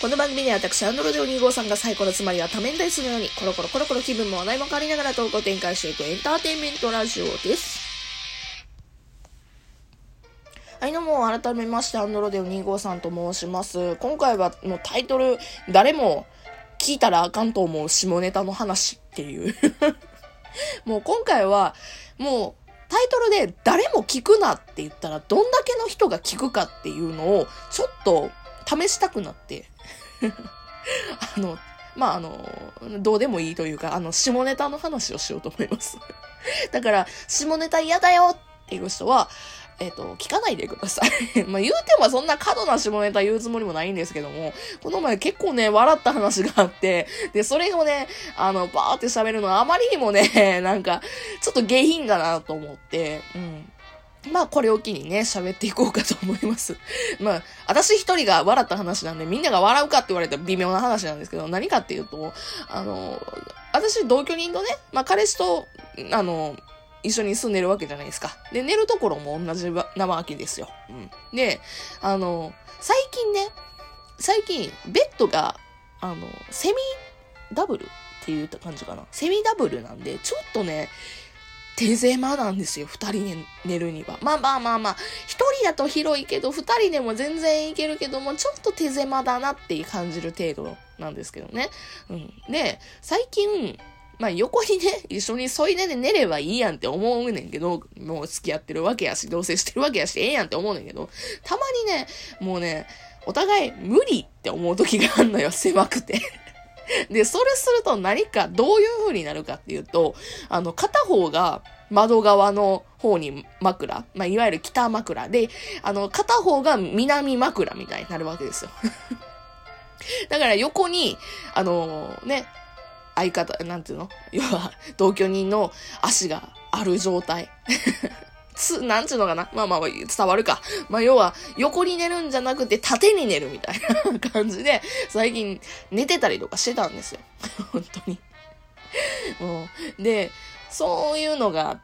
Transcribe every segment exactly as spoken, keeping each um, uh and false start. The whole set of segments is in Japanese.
この番組では私アンドロデオに号さんがサイコロつまりは多面体するようにコロコロコロコロ気分も話題も変わりながらトークを展開していくエンターテインメントラジオです。はい、どうも改めましてアンドロデオに号さんと申します。今回はのタイトル、誰も聞いたらあかんと思う下ネタの話っていうもう今回はもうタイトルで誰も聞くなって言ったらどんだけの人が聞くかっていうのをちょっと試したくなってあのまああのどうでもいいというかあの下ネタの話をしようと思いますだから下ネタ嫌だよっていう人はえっと、聞かないでください。まあ言うてもそんな過度な下ネタ言うつもりもないんですけども、この前結構ね、笑った話があって、で、それをね、あの、バーって喋るのはあまりにもね、なんか、ちょっと下品だなと思って、うん。まあこれを機にね、喋っていこうかと思います。まあ、私一人が笑った話なんで、みんなが笑うかって言われたら微妙な話なんですけど、何かっていうと、あの、私同居人とね、まあ彼氏と、あの、一緒に住んでるわけじゃないですか。で、寝るところも同じなわけですよ。うん。で、あの、最近ね、最近、ベッドが、あの、セミダブルっていう感じかな。セミダブルなんで、ちょっとね、手狭なんですよ。二人で寝るには。まあまあまあまあ、一人だと広いけど、二人でも全然いけるけども、ちょっと手狭だなって感じる程度なんですけどね。うん。で、最近、まあ横にね、一緒に添い寝で寝ればいいやんって思うねんけど、もう付き合ってるわけやし、同棲してるわけやし、ええやんって思うねんけど、たまにね、もうね、お互い無理って思う時があんのよ、狭くて。で、それすると何か、どういう風になるかっていうと、あの、片方が窓側の方に枕、まあいわゆる北枕で、あの、片方が南枕みたいになるわけですよ。だから横に、あのね、相方、なんていうの要は、同居人の足がある状態。つ、なんていうのかなまあまあ、伝わるか。まあ要は、横に寝るんじゃなくて縦に寝るみたいな感じで、最近寝てたりとかしてたんですよ。本当に。もうで、そういうのがあって、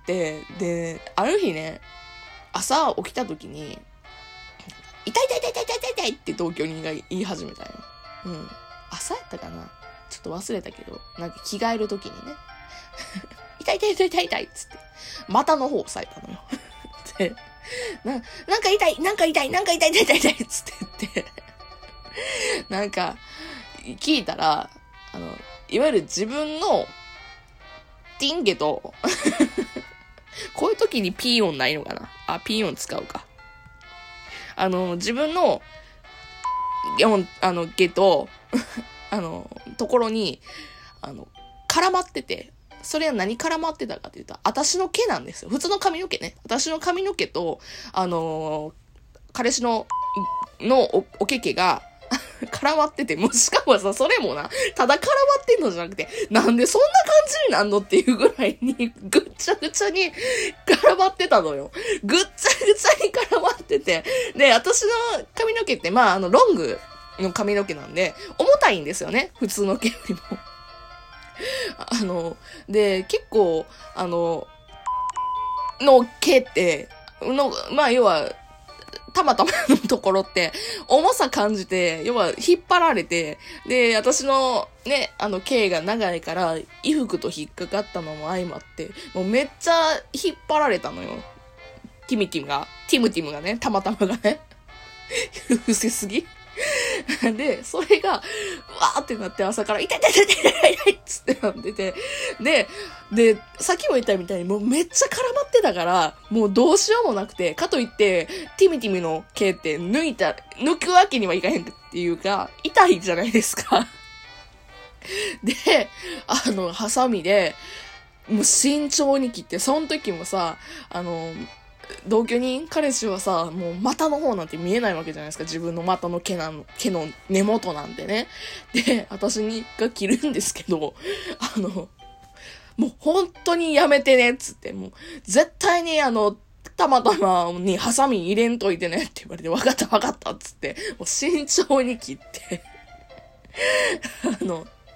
で、ある日ね、朝起きた時に、痛い痛い痛い痛い痛い痛いって同居人が言い始めたよ。うん。朝やったかなちょっと忘れたけど、なんか着替えるときにね、痛い痛い痛い痛い痛いっつって、股の方を押さえたのよ。で、な、なんか痛い、なんか痛い、なんか痛い痛い痛い痛いっつって言って、なんか、聞いたら、あの、いわゆる自分の、ティンゲと、こういう時にピー音ないのかなあ、ピー音使うか。あの、自分の、あの、ゲと、あの、ところに、あの、絡まってて、それは何絡まってたかって言ったら、私の毛なんですよ。普通の髪の毛ね。私の髪の毛と、あのー、彼氏の、のお、おけけが、絡まってて、もうしかもさ、それもな、ただ絡まってんのじゃなくて、なんでそんな感じになんのっていうぐらいに、ぐっちゃぐちゃに絡まってたのよ。ぐっちゃぐちゃに絡まってて、で、私の髪の毛って、まあ、あの、ロング、の髪の毛なんで、重たいんですよね。普通の毛よりも。あの、で、結構、あの、の毛って、の、まあ、要は、たまたまのところって、重さ感じて、要は、引っ張られて、で、私のね、あの、毛が長いから、衣服と引っかかったのも相まって、もうめっちゃ引っ張られたのよ。ティミティムが、ティムティムがね、たまたまがね。伏せすぎで、それが、わーってなって朝から、痛い痛い痛い痛い痛い痛いっつってなってて、で、で、さっきも言ったみたいにもうめっちゃ絡まってたから、もうどうしようもなくて、かといって、ティミティミの毛って抜いた、抜くわけにはいかへんっていうか、痛いじゃないですか。で、あの、ハサミで、もう慎重に切って、その時もさ、あの、同居人彼氏はさ、もう股の方なんて見えないわけじゃないですか。自分の股の毛なの、毛の根元なんでね。で、私にが切るんですけど、あの、もう本当にやめてねっつって、もう絶対にあの、たまたまにハサミ入れんといてねって言われて、わかったわかったっつって、もう慎重に切って、あの、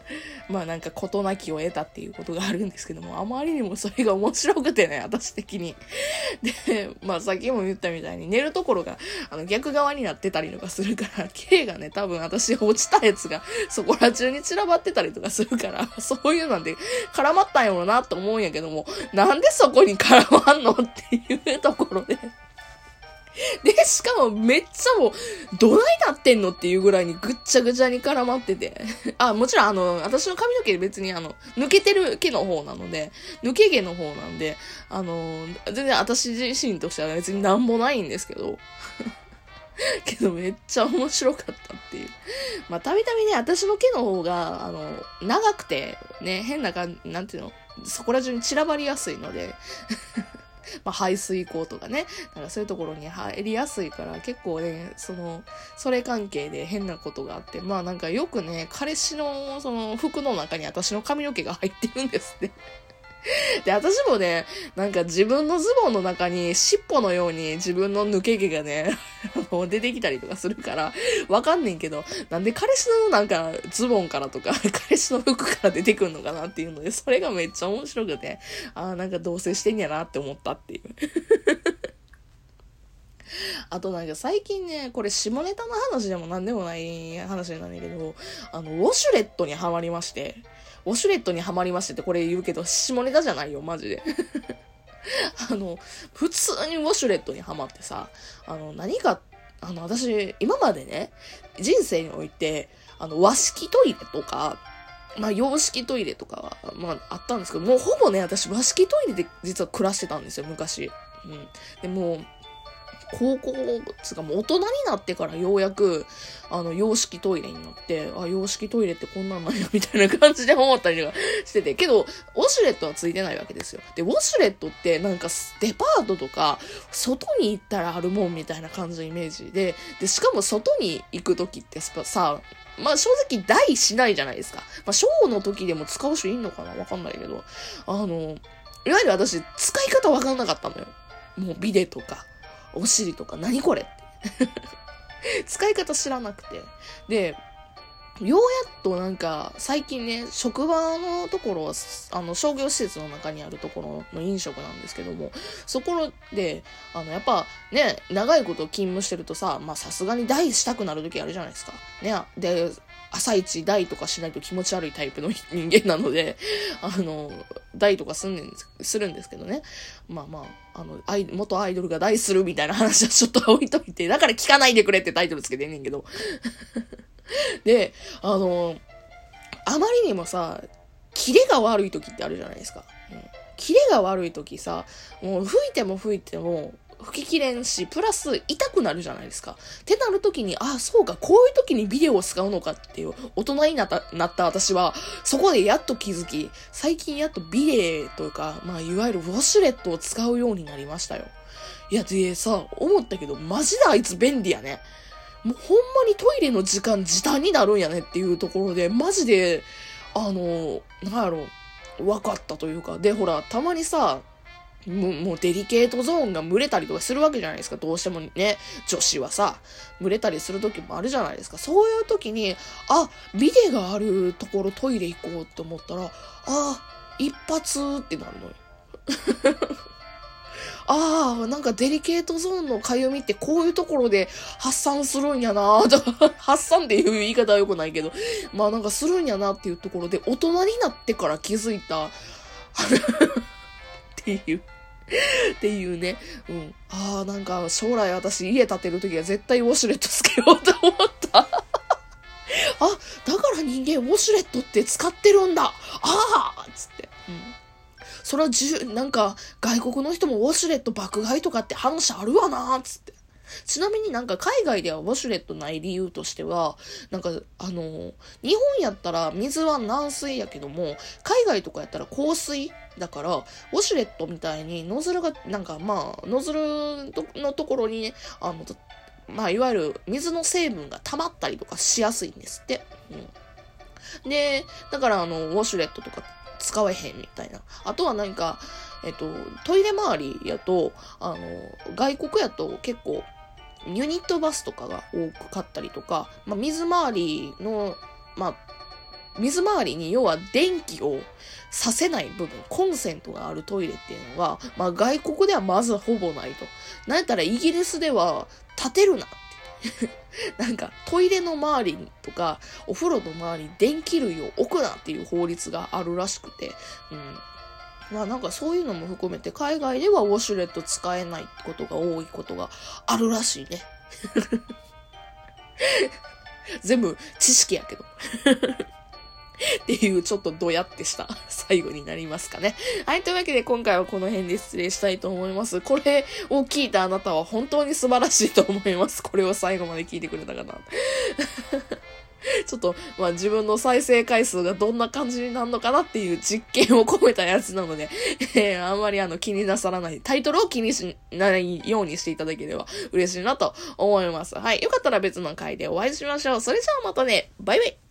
まあなんか事なきを得たっていうことがあるんですけども、あまりにもそれが面白くてね、私的に。で、まあさっきも言ったみたいに寝るところがあの逆側になってたりとかするから、K がね、多分私落ちたやつがそこら中に散らばってたりとかするから、そういうなんで絡まったんやろうなと思うんやけども、なんでそこに絡まんのっていうところで。で、しかもめっちゃもう、どないなってんのっていうぐらいにぐっちゃぐちゃに絡まってて。あ、もちろんあの、私の髪の毛別にあの、抜けてる毛の方なので、抜け毛の方なんで、あの、全然私自身としては別になんもないんですけど。けどめっちゃ面白かったっていう。まあ、たびたびね、私の毛の方が、あの、長くて、ね、変な感じ、なんていうの、そこら中に散らばりやすいので、まあ、排水口とかね、なんかそういうところに入りやすいから、結構ね、その、それ関係で変なことがあって、まあなんかよくね、彼氏のその服の中に私の髪の毛が入ってるんですって。で、私もね、なんか自分のズボンの中に尻尾のように自分の抜け毛がね、出てきたりとかするから、わかんねんけど、なんで彼氏のなんかズボンからとか、彼氏の服から出てくんのかなっていうので、それがめっちゃ面白くて、ああ、なんか同棲してんやなって思ったっていう。あとなんか最近ね、これ下ネタの話でもなんでもない話なんだけど、あの、ウォシュレットにハマりまして、ウォシュレットにハマりましてってこれ言うけど、下ネタじゃないよ、マジで。あの、普通にウォシュレットにハマってさ、あの、何か、あの、私、今までね、人生において、あの、和式トイレとか、まあ、洋式トイレとかは、まあ、あったんですけど、もうほぼね、私、和式トイレで実は暮らしてたんですよ、昔。うん。でも、高校つかもう大人になってからようやくあの洋式トイレになってあ洋式トイレってこんなんなんやみたいな感じで思ったりとかしててけどウォシュレットはついてないわけですよ。でウォシュレットってなんかデパートとか外に行ったらあるもんみたいな感じのイメージででしかも外に行く時ってさまあ正直台しないじゃないですか。まあショーの時でも使う人いんのかなわかんないけどあのいわゆる私使い方わかんなかったのよ。もうビデとかお尻とか何これって使い方知らなくてでようやっとなんか最近ね職場のところはあの商業施設の中にあるところの飲食なんですけどもそこであのやっぱね長いこと勤務してるとさまあさすがに台したくなる時あるじゃないですかねで朝一台とかしないと気持ち悪いタイプの人間なので、あの、台とかすんねん、するんですけどね。まあまあ、あの、アイ元アイドルが台するみたいな話はちょっと置いといて、だから聞かないでくれってタイトルつけてんねんけど。で、あの、あまりにもさ、キレが悪い時ってあるじゃないですか。うん、キレが悪い時さ、もう吹いても吹いても、吹ききれんし、プラス痛くなるじゃないですか。ってなるときに、ああ、そうか、こういうときにビデオを使うのかっていう、大人になった、なった私は、そこでやっと気づき、最近やっとビデというか、まあ、いわゆるウォシュレットを使うようになりましたよ。いや、でさ、思ったけど、マジであいつ便利やね。もうほんまにトイレの時間時短になるんやねっていうところで、マジで、あの、なんやろ、分かったというか、で、ほら、たまにさ、もう、もうデリケートゾーンが蒸れたりとかするわけじゃないですか。どうしてもね、女子はさ、蒸れたりする時もあるじゃないですか。そういう時に、あ、ビデがあるところトイレ行こうって思ったら、あ、一発ってなるのよ。ああ、なんかデリケートゾーンのかゆみってこういうところで発散するんやなと発散っていう言い方は良くないけど、まあなんかするんやなっていうところで、大人になってから気づいた、っていう。っていうね。うん。ああ、なんか将来私家建てるときは絶対ウォシュレットつけようと思った。あ、だから人間ウォシュレットって使ってるんだ。ああつって。うん。それはじゅ、なんか外国の人もウォシュレット爆買いとかって話あるわなつって。ちなみになんか海外ではウォシュレットない理由としては、なんかあの、日本やったら水は軟水やけども、海外とかやったら硬水だから、ウォシュレットみたいにノズルが、なんかまあ、ノズルのところにね、あの、まあいわゆる水の成分が溜まったりとかしやすいんですって。うん、で、だからあの、ウォシュレットとか使えへんみたいな。あとはなんか、えっと、トイレ周りやと、あの、外国やと結構、ユニットバスとかが多く買ったりとか、まあ、水回りの、まあ、 水回りに要は電気をさせない部分、コンセントがあるトイレっていうのが、まあ外国ではまずほぼないと。なんやったらイギリスでは建てるなって。なんかトイレの周りとかお風呂の周りに電気類を置くなっていう法律があるらしくて、うん。まあなんかそういうのも含めて海外ではウォシュレット使えないことが多いことがあるらしいね。全部知識やけど。っていうちょっとドヤってした最後になりますかね。はい、というわけで今回はこの辺で失礼したいと思います。これを聞いたあなたは本当に素晴らしいと思います。これを最後まで聞いてくれたかな。ちょっと、まあ自分の再生回数がどんな感じになるのかなっていう実験を込めたやつなので、えー、あんまりあの気になさらない、タイトルを気にしないようにしていただければ嬉しいなと思います。はい、よかったら別の回でお会いしましょう。それじゃあまたね、バイバイ。